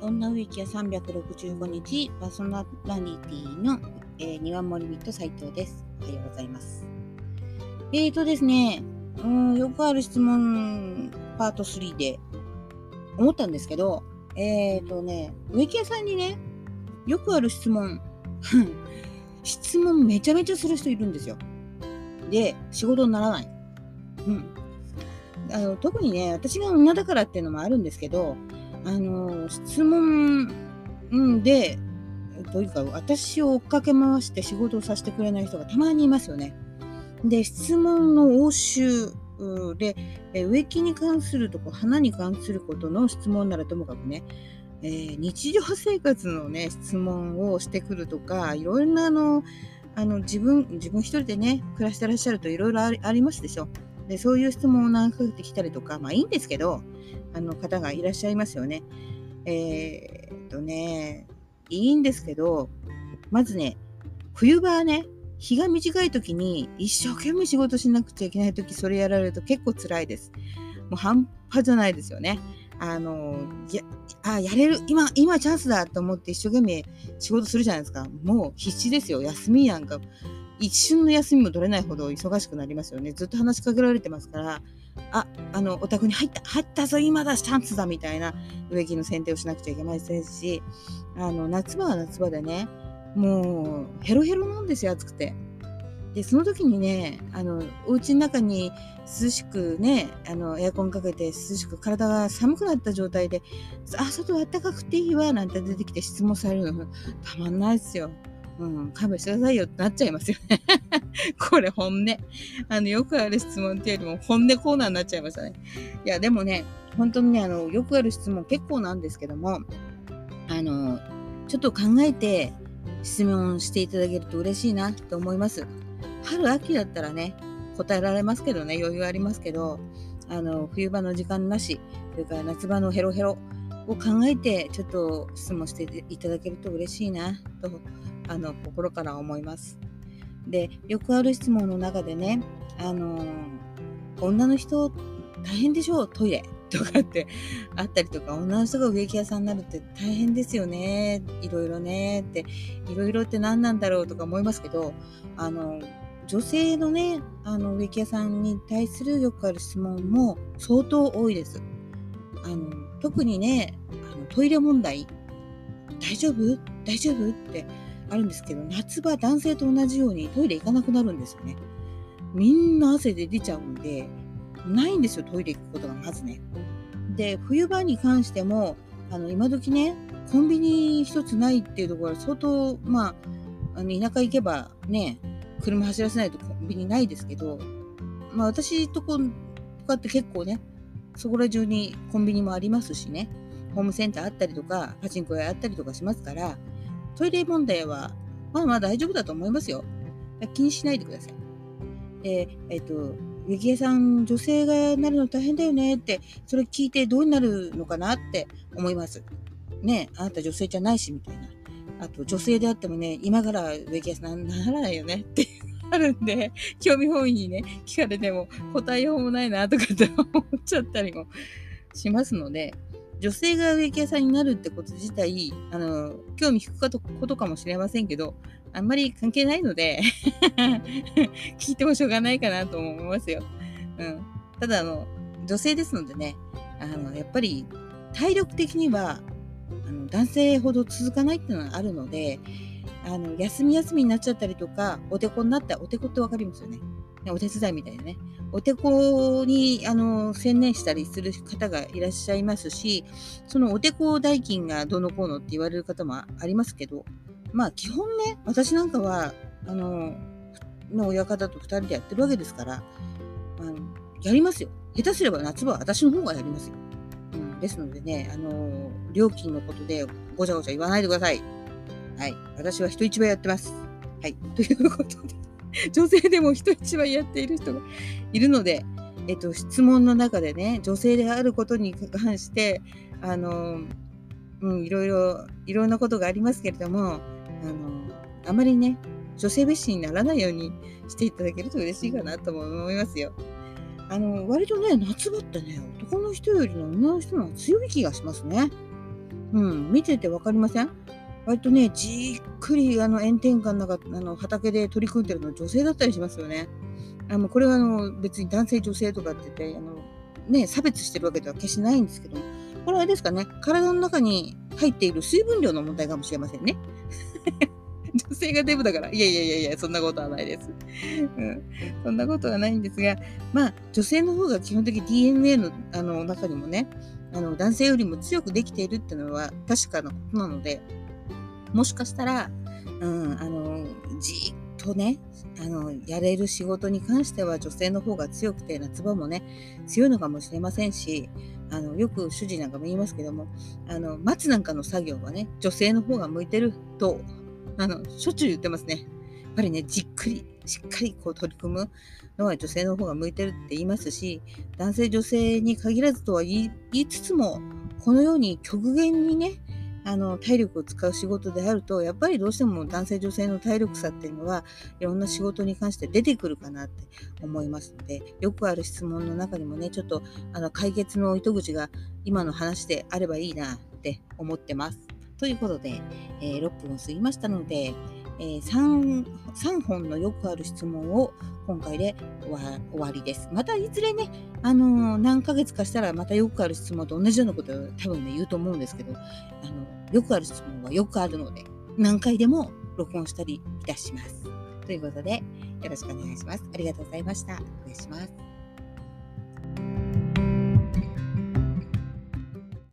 女植木屋365日パーソナリティの、庭森ミット斉藤です。おはようございます。ですね、よくある質問パート3で思ったんですけど、植木屋さんにね、よくある質問質問めちゃめちゃする人いるんですよ。で、仕事にならない。特にね、私が女だからっていうのもあるんですけど、質問、で、というか私を追っかけ回して仕事をさせてくれない人がたまにいますよね。で、質問の応酬で、植木に関するとか花に関することの質問ならともかくね、日常生活のね質問をしてくるとか、いろんな自分一人でね暮らしてらっしゃるといろいろありますでしょ。で、そういう質問を投げてきたりとか、いいんですけど、方がいらっしゃいますよね。いいんですけど、まずね、冬場はね、日が短い時に一生懸命仕事しなくちゃいけない時、それやられると結構辛いです。もう半端じゃないですよね。やれる、今チャンスだと思って一生懸命仕事するじゃないですか。もう必死ですよ。休みなんか一瞬の休みも取れないほど忙しくなりますよね。ずっと話しかけられてますから、お宅に入ったぞ、今だ、チャンスだみたいな植木の剪定をしなくちゃいけないですし、夏場は夏場でね、もうヘロヘロなんですよ、暑くて。で、その時にね、お家の中に涼しくね、エアコンかけて涼しく体が寒くなった状態で、外は暖かくていいわ、なんて出てきて質問されるの、たまんないですよ。勘弁してくださいよってなっちゃいますよね。これ本音。よくある質問っていうよりも本音コーナーになっちゃいましたね。いや、でもね、本当にね、よくある質問結構なんですけども、ちょっと考えて質問していただけると嬉しいなと思います。春秋だったらね、答えられますけどね、余裕ありますけど、冬場の時間なし、それから夏場のヘロヘロを考えて、ちょっと質問していただけると嬉しいなと、心から思います。で、よくある質問の中でね、女の人大変でしょう、トイレとかってあったりとか、女の人が植木屋さんになるって大変ですよね、いろいろねって、いろいろって何なんだろうとか思いますけど、女性のね、植木屋さんに対するよくある質問も相当多いです。特にね、トイレ問題、大丈夫ってあるんですけど、夏場男性と同じようにトイレ行かなくなるんですよね。みんな汗で出ちゃうんで、ないんですよ、トイレ行くことがまずね。で、冬場に関しても、今時ね、コンビニ一つないっていうところは相当、田舎行けばね、車走らせないとコンビニないですけど、私とことかって結構ね、そこら中にコンビニもありますしね、ホームセンターあったりとか、パチンコ屋あったりとかしますから、トイレ問題は、大丈夫だと思いますよ。気にしないでください。で、植木屋さん、女性がなるの大変だよねって、それ聞いてどうなるのかなって思います。ね、あなた女性じゃないし、みたいな。あと、女性であってもね、今から植木屋さんならないよねってあるんで、興味本位にね、聞かれても答えようもないなとかって思っちゃったりもしますので、女性が植木屋さんになるってこと自体、興味引くことかもしれませんけど、あんまり関係ないので聞いてもしょうがないかなと思いますよ。ただ、女性ですのでね、やっぱり体力的には、男性ほど続かないっていうのがあるので、休みになっちゃったりとか、おてこになった、おてこってわかりますよね。お手伝いみたいなね。おてこに、専念したりする方がいらっしゃいますし、そのおてこ代金がどうのこうのって言われる方もありますけど、基本ね、私なんかは、の親方と2人でやってるわけですから、やりますよ。下手すれば夏場は私の方がやりますよ。ですのでね、料金のことでごちゃごちゃ言わないでください。はい。私は人一倍やってます。はい。ということで、女性でも人一倍やっている人がいるので、質問の中でね、女性であることに関して、いろんなことがありますけれども、あまりね、女性蔑視にならないようにしていただけると嬉しいかなとも思いますよ。割とね、夏場ってね、男の人よりも女の人の方が強い気がしますね。 見てて分かりません？割とね、じっくり炎天下の中、畑で取り組んでるの女性だったりしますよね。これは別に男性女性とかって言って、ね、差別してるわけでは決してないんですけども、これはあれですかね、体の中に入っている水分量の問題かもしれませんね。女性がデブだから、いやいやいやいや、そんなことはないです。うん、そんなことはないんですが、女性の方が基本的に DNA の中にもね、男性よりも強くできているっていうのは確かなことなので、もしかしたら、じーっとね、やれる仕事に関しては女性の方が強くて、夏場もね、強いのかもしれませんし、よく主人なんかも言いますけども、松なんかの作業はね、女性の方が向いてると、しょっちゅう言ってますね。やっぱりね、じっくり、しっかりこう取り組むのは女性の方が向いてるって言いますし、男性女性に限らずとは言いつつも、このように極限にね、体力を使う仕事であると、やっぱりどうしても男性女性の体力差っていうのは、いろんな仕事に関して出てくるかなって思いますので、よくある質問の中にもね、ちょっと解決の糸口が今の話であればいいなって思ってます。ということで、6分を過ぎましたので、3本のよくある質問を今回で終わりです。またいずれね、何ヶ月かしたらまたよくある質問と同じようなことを多分ね、言うと思うんですけど、よくある質問はよくあるので、何回でも録音したりいたします。ということで、よろしくお願いします。ありがとうございました。お願いします。